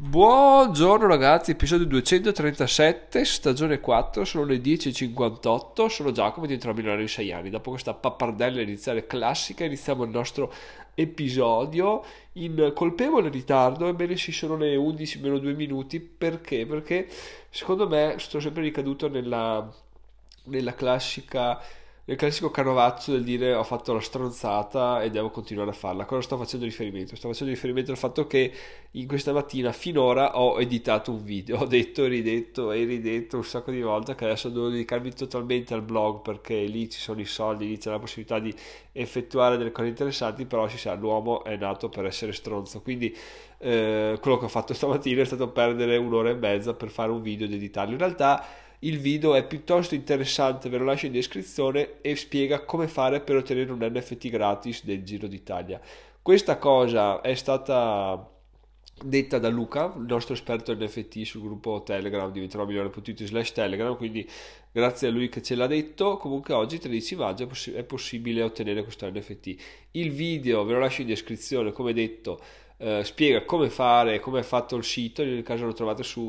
Buongiorno ragazzi, episodio 237, stagione 4, sono le 10:58, sono Giacomo, diventerò milionario in 6 anni. Dopo questa pappardella iniziale classica, iniziamo il nostro episodio in colpevole ritardo. Ebbene sì, sono le 11 meno 2 minuti, perché? Perché secondo me sto sempre ricaduto nella classica, nel classico canovaccio del dire ho fatto la stronzata e devo continuare a farla. Cosa sto facendo riferimento? Sto facendo riferimento al fatto che in questa mattina finora ho editato un video, ho detto, ridetto e ridetto un sacco di volte che adesso devo dedicarmi totalmente al blog perché lì ci sono i soldi, lì c'è la possibilità di effettuare delle cose interessanti, però si sa, l'uomo è nato per essere stronzo, quindi quello che ho fatto stamattina è stato perdere un'ora e mezza per fare un video ed editarlo. In realtà il video è piuttosto interessante, ve lo lascio in descrizione e spiega come fare per ottenere un NFT gratis del Giro d'Italia. Questa cosa è stata detta da Luca, il nostro esperto NFT sul gruppo Telegram diventeròmigliore.it/Telegram, quindi grazie a lui che ce l'ha detto. Comunque oggi 13 maggio è possibile ottenere questo NFT. Il video ve lo lascio in descrizione, come detto, spiega come fare, come è fatto il sito. Nel caso lo trovate su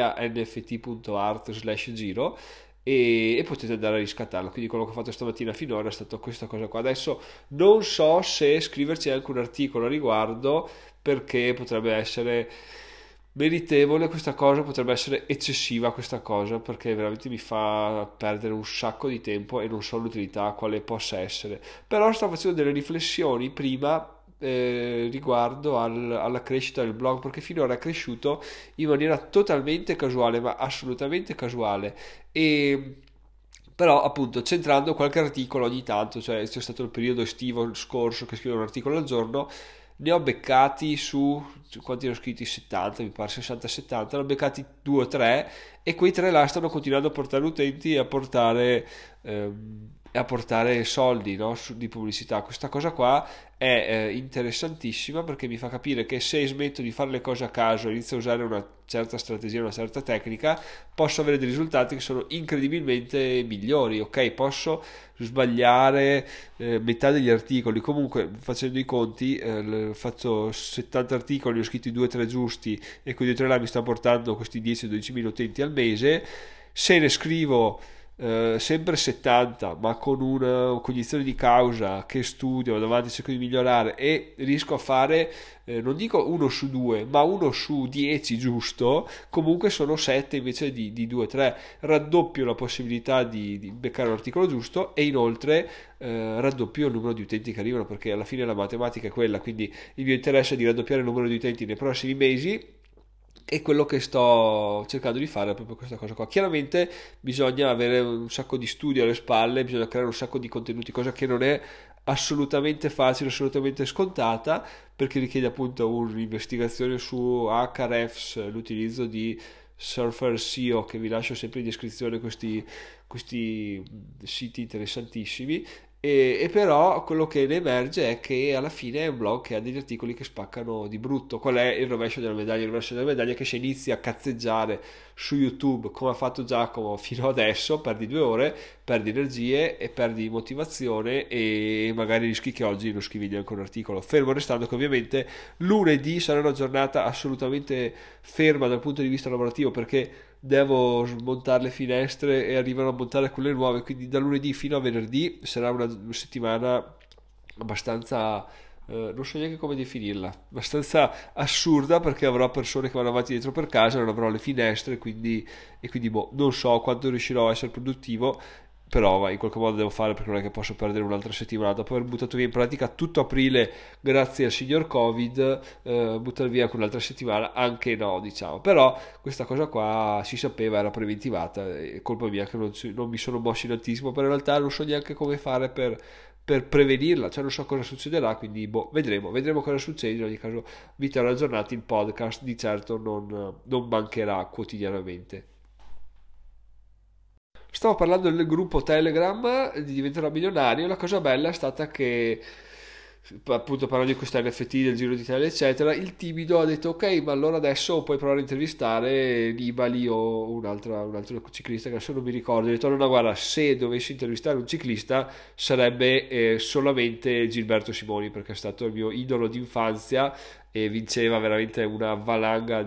italianft.art/giro e potete andare a riscattarlo. Quindi quello che ho fatto stamattina finora è stato questa cosa qua. Adesso non so se scriverci anche un articolo a riguardo, perché potrebbe essere meritevole questa cosa, potrebbe essere eccessiva questa cosa, perché veramente mi fa perdere un sacco di tempo e non so l'utilità quale possa essere. Però sto facendo delle riflessioni prima riguardo alla crescita del blog, perché finora è cresciuto in maniera totalmente casuale, ma assolutamente casuale. E però appunto centrando qualche articolo ogni tanto, cioè c'è stato il periodo estivo scorso che scrivo un articolo al giorno, ne ho beccati su quanti ne ho scritti? 70, mi pare 60-70, ne ho beccati 2 o 3 e quei 3 là stanno continuando a portare utenti e a portare soldi, no? Di pubblicità. Questa cosa qua è interessantissima perché mi fa capire che se smetto di fare le cose a caso e inizio a usare una certa strategia, una certa tecnica, posso avere dei risultati che sono incredibilmente migliori. Ok, posso sbagliare metà degli articoli, comunque facendo i conti faccio 70 articoli, ne ho scritti 2-3 giusti e quei 2-3 là mi stanno portando questi 10-12 mila utenti al mese. Se ne scrivo sempre 70, ma con una cognizione di causa, che studio, vado avanti, cerco di migliorare e riesco a fare, non dico 1 su 2, ma 1 su 10 giusto, comunque sono 7 invece di 2-3. Raddoppio la possibilità di beccare l'articolo giusto e inoltre raddoppio il numero di utenti che arrivano, perché alla fine la matematica è quella, quindi il mio interesse è di raddoppiare il numero di utenti nei prossimi mesi e quello che sto cercando di fare è proprio questa cosa qua. Chiaramente bisogna avere un sacco di studio alle spalle, bisogna creare un sacco di contenuti, cosa che non è assolutamente facile, assolutamente scontata, perché richiede appunto un'investigazione su Ahrefs, l'utilizzo di Surfer SEO, che vi lascio sempre in descrizione, questi siti interessantissimi. E però quello che ne emerge è che alla fine è un blog che ha degli articoli che spaccano di brutto. Qual è il rovescio della medaglia? Il rovescio della medaglia è che se inizi a cazzeggiare su YouTube come ha fatto Giacomo fino adesso, perdi 2 ore, perdi energie e perdi motivazione e magari rischi che oggi non scrivi neanche un articolo. Fermo restando che ovviamente lunedì sarà una giornata assolutamente ferma dal punto di vista lavorativo, perché devo smontare le finestre e arrivano a montare quelle nuove, quindi da lunedì fino a venerdì sarà una settimana abbastanza non so neanche come definirla, abbastanza assurda, perché avrò persone che vanno avanti e dietro per casa, non avrò le finestre, quindi boh, non so quanto riuscirò a essere produttivo, però in qualche modo devo fare, perché non è che posso perdere un'altra settimana dopo aver buttato via in pratica tutto aprile grazie al signor Covid. Buttare via quell'altra settimana anche no, diciamo. Però questa cosa qua si sapeva, era preventivata, è colpa mia che non mi sono mosso in anticipo, però in realtà non so neanche come fare per prevenirla, cioè non so cosa succederà, quindi boh, vedremo cosa succede. In ogni caso vi terrò aggiornati, il podcast di certo non mancherà quotidianamente. Stavo parlando del gruppo Telegram di Diventerò Milionario. La cosa bella è stata che appunto parlando di questa NFT del Giro d'Italia eccetera, il timido ha detto ok, ma allora adesso puoi provare a intervistare Nibali o un altro ciclista che adesso non mi ricordo. Ha detto no, no, guarda, se dovessi intervistare un ciclista sarebbe solamente Gilberto Simoni, perché è stato il mio idolo d'infanzia e vinceva veramente una valanga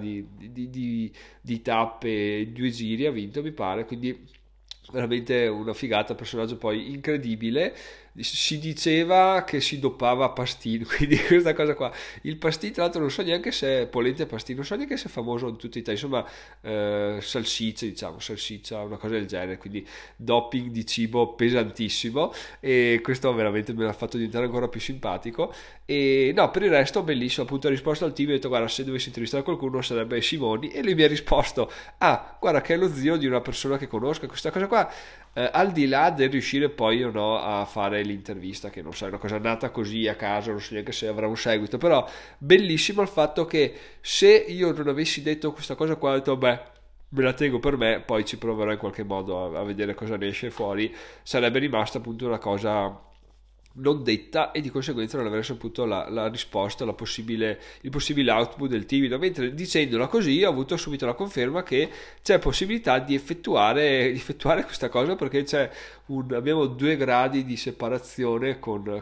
di tappe, 2 giri ha vinto mi pare, quindi veramente una figata, personaggio poi incredibile. Si diceva che si dopava a Pastino, quindi questa cosa qua. Il Pastino, tra l'altro, non so neanche se è Polente Pastino, non so neanche se è famoso in tutta Italia, insomma, salsiccia, diciamo, salsiccia, una cosa del genere, quindi doping di cibo pesantissimo. E questo veramente me l'ha fatto diventare ancora più simpatico. E no, per il resto, bellissimo. Appunto, ha risposto al team e ha detto: guarda, se dovessi intervistare qualcuno sarebbe Simoni. E lui mi ha risposto: ah, guarda, che è lo zio di una persona che conosco. Questa cosa qua, al di là del riuscire poi o no a fare l'intervista, che non so, è una cosa nata così a caso, non so neanche se avrà un seguito, però bellissimo il fatto che se io non avessi detto questa cosa qua, ho detto beh, me la tengo per me, poi ci proverò in qualche modo a vedere cosa ne esce fuori, sarebbe rimasta appunto una cosa non detta e di conseguenza non avrei saputo la risposta, il possibile output del timido, mentre dicendola così ho avuto subito la conferma che c'è possibilità di effettuare questa cosa, perché abbiamo 2 gradi di separazione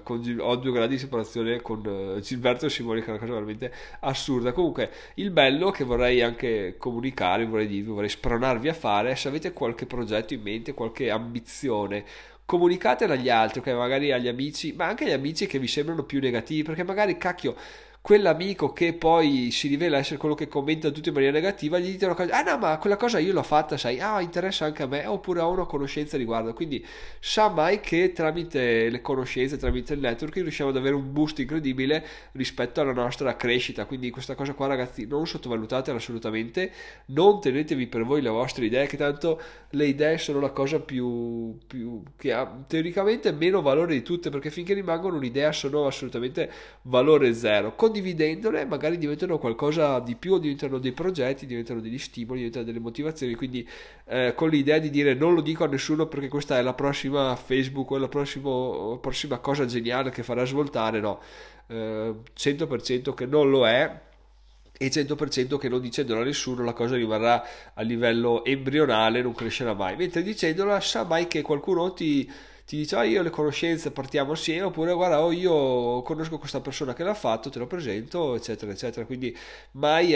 ho 2 gradi di separazione con Gilberto Simoni, che è una cosa veramente assurda. Comunque il bello che vorrei anche comunicare, vorrei spronarvi a fare, se avete qualche progetto in mente, qualche ambizione, comunicatela agli altri, ok? Magari agli amici, ma anche agli amici che vi sembrano più negativi, perché magari, cacchio, quell'amico che poi si rivela essere quello che commenta tutto in maniera negativa, gli dite una cosa, ah no, ma quella cosa io l'ho fatta, sai, ah, interessa anche a me, oppure ho una conoscenza a riguardo, quindi sa mai che tramite le conoscenze, tramite il networking riusciamo ad avere un boost incredibile rispetto alla nostra crescita, quindi questa cosa qua, ragazzi, non sottovalutatela assolutamente, non tenetevi per voi le vostre idee, che tanto le idee sono la cosa più che ha teoricamente meno valore di tutte, perché finché rimangono un'idea sono assolutamente valore zero. Condividendole magari diventano qualcosa di più, diventano dei progetti, diventano degli stimoli, diventano delle motivazioni, quindi con l'idea di dire non lo dico a nessuno perché questa è la prossima Facebook o la prossima cosa geniale che farà svoltare, no, 100% che non lo è, e 100% che non dicendolo a nessuno la cosa rimarrà a livello embrionale, non crescerà mai, mentre dicendola sa mai che qualcuno ti dice ah, io ho le conoscenze, partiamo assieme, oppure guarda oh, io conosco questa persona che l'ha fatto, te lo presento, eccetera eccetera, quindi mai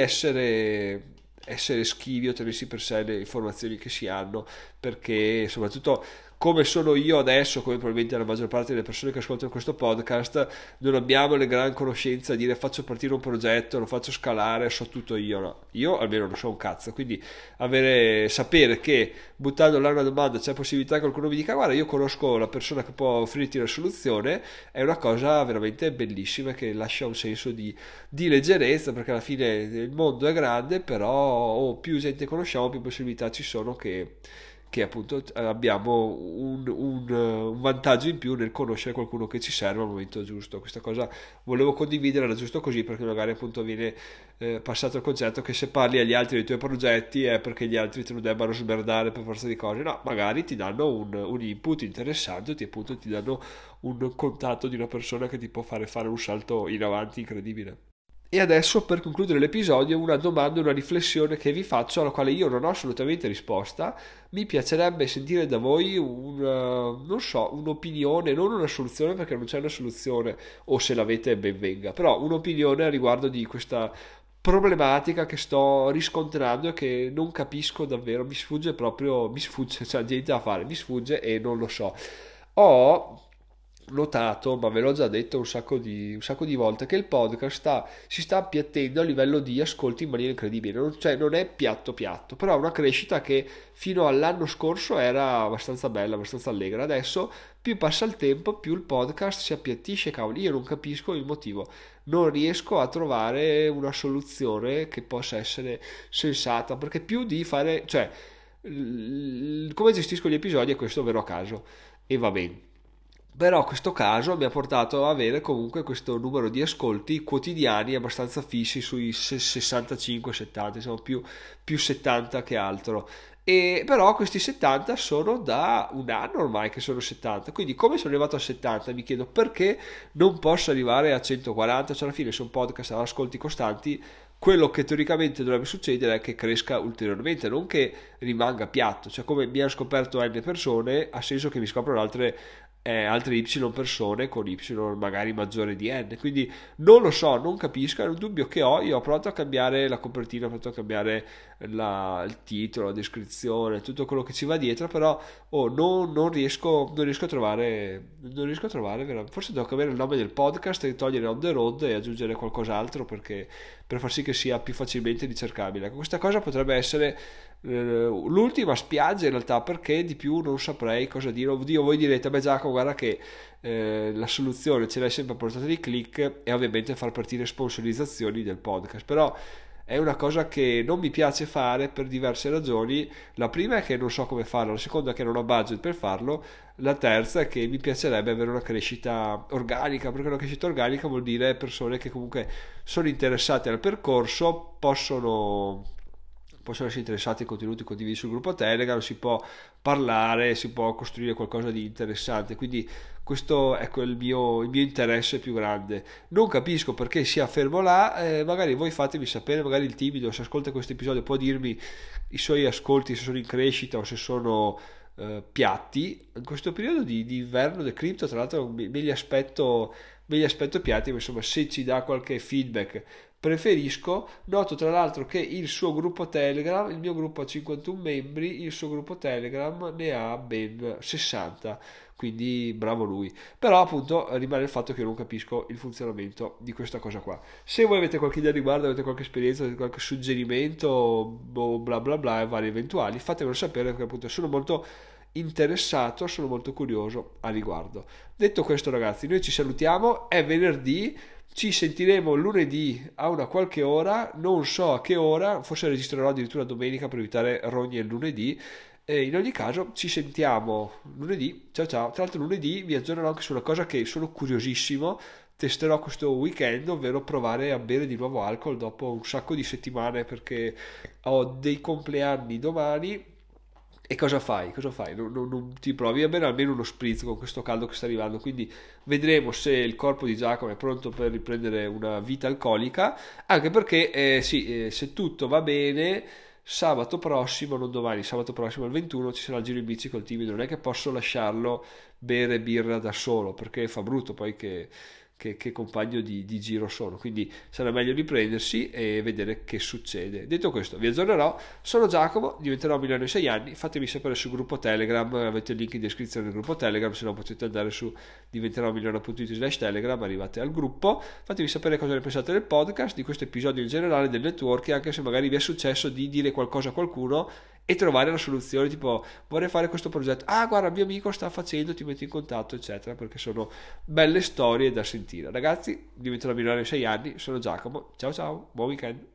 essere schivi o tenersi per sé le informazioni che si hanno, perché soprattutto come sono io adesso, come probabilmente la maggior parte delle persone che ascoltano questo podcast, non abbiamo le gran conoscenze a dire faccio partire un progetto, lo faccio scalare, so tutto io, no, io almeno non so un cazzo, quindi sapere che buttando là una domanda c'è possibilità che qualcuno mi dica guarda io conosco la persona che può offrirti la soluzione, è una cosa veramente bellissima che lascia un senso di leggerezza, perché alla fine il mondo è grande, però più gente conosciamo più possibilità ci sono che appunto abbiamo un vantaggio in più nel conoscere qualcuno che ci serve al momento giusto. Questa cosa volevo condividerla giusto così, perché magari appunto viene passato il concetto che se parli agli altri dei tuoi progetti è perché gli altri te lo debbano smerdare per forza di cose, no, magari ti danno un input interessante, appunto ti danno un contatto di una persona che ti può fare un salto in avanti incredibile. E adesso per concludere l'episodio una domanda, una riflessione che vi faccio, alla quale io non ho assolutamente risposta. Mi piacerebbe sentire da voi non so, un'opinione, non una soluzione perché non c'è una soluzione, o se l'avete ben venga, però un'opinione a riguardo di questa problematica che sto riscontrando e che non capisco davvero, mi sfugge, c'è niente da fare, mi sfugge e non lo so. Ho notato, ma ve l'ho già detto un sacco di volte, che il podcast si sta appiattendo a livello di ascolti in maniera incredibile, cioè non è piatto piatto, però è una crescita che fino all'anno scorso era abbastanza bella, abbastanza allegra, adesso più passa il tempo più il podcast si appiattisce, cavoli, io non capisco il motivo, non riesco a trovare una soluzione che possa essere sensata, perché più di fare, cioè come gestisco gli episodi è questo vero a caso e va bene. Però questo caso mi ha portato ad avere comunque questo numero di ascolti quotidiani abbastanza fissi sui 65-70, insomma più 70 che altro. E però questi 70 sono da un anno ormai che sono 70, quindi come sono arrivato a 70 mi chiedo perché non posso arrivare a 140, cioè alla fine sono podcast ad ascolti costanti, quello che teoricamente dovrebbe succedere è che cresca ulteriormente, non che rimanga piatto, cioè come mi hanno scoperto n persone, ha senso che mi scoprono altre y persone con y magari maggiore di n, quindi non lo so, non capisco, è un dubbio che ho. Io ho provato a cambiare la copertina, ho provato a cambiare il titolo, la descrizione, tutto quello che ci va dietro, però non riesco a trovare, forse devo cambiare il nome del podcast e togliere on the road e aggiungere qualcos'altro per far sì che sia più facilmente ricercabile. Questa cosa potrebbe essere l'ultima spiaggia in realtà, perché di più non saprei cosa dire. Oddio, voi direte, beh Giacomo, guarda che la soluzione ce l'hai sempre a portata di click e ovviamente far partire sponsorizzazioni del podcast, però è una cosa che non mi piace fare per diverse ragioni. La prima è che non so come farlo, la seconda è che non ho budget per farlo, la terza è che mi piacerebbe avere una crescita organica, perché una crescita organica vuol dire persone che comunque sono interessate al percorso, possono essere interessati ai contenuti condivisi sul gruppo Telegram, si può parlare, si può costruire qualcosa di interessante, quindi questo è il mio interesse più grande. Non capisco perché sia fermo là, magari voi fatemi sapere, magari il timido se ascolta questo episodio può dirmi i suoi ascolti, se sono in crescita o se sono piatti. In questo periodo di inverno del cripto tra l'altro me li aspetto piatti, ma insomma se ci dà qualche feedback preferisco. Noto tra l'altro che il suo gruppo Telegram, il mio gruppo ha 51 membri, il suo gruppo Telegram ne ha ben 60, quindi bravo lui. Però appunto rimane il fatto che io non capisco il funzionamento di questa cosa qua. Se voi avete qualche idea al riguardo, avete qualche esperienza, avete qualche suggerimento o bla bla bla vari eventuali, fatemelo sapere, perché appunto sono molto interessato, sono molto curioso a riguardo. Detto questo ragazzi, noi ci salutiamo, è venerdì, ci sentiremo lunedì a una qualche ora, non so a che ora, forse registrerò addirittura domenica per evitare rogne il lunedì. E in ogni caso ci sentiamo lunedì. Ciao ciao. Tra l'altro lunedì vi aggiornerò anche sulla cosa che sono curiosissimo, testerò questo weekend, ovvero provare a bere di nuovo alcol dopo un sacco di settimane, perché ho dei compleanni domani. E cosa fai? Cosa fai? Non ti provi a bere almeno uno spritz con questo caldo che sta arrivando, quindi vedremo se il corpo di Giacomo è pronto per riprendere una vita alcolica, anche perché sì, se tutto va bene sabato prossimo, non domani, sabato prossimo al 21 ci sarà il giro in bici col timido, non è che posso lasciarlo bere birra da solo, perché fa brutto poi che compagno di giro sono, quindi sarà meglio riprendersi e vedere che succede. Detto questo vi aggiornerò, sono Giacomo, diventerò milionario in 6 anni, fatemi sapere sul gruppo Telegram, avete il link in descrizione del gruppo Telegram, se no potete andare su diventeròmilionario.it/telegram, arrivate al gruppo, fatemi sapere cosa ne pensate del podcast, di questo episodio in generale, del networking, anche se magari vi è successo di dire qualcosa a qualcuno e trovare la soluzione, tipo vorrei fare questo progetto, ah guarda mio amico sta facendo, ti metti in contatto eccetera, perché sono belle storie da sentire. Ragazzi, diventerò milionario in 6 anni, sono Giacomo, ciao ciao, buon weekend.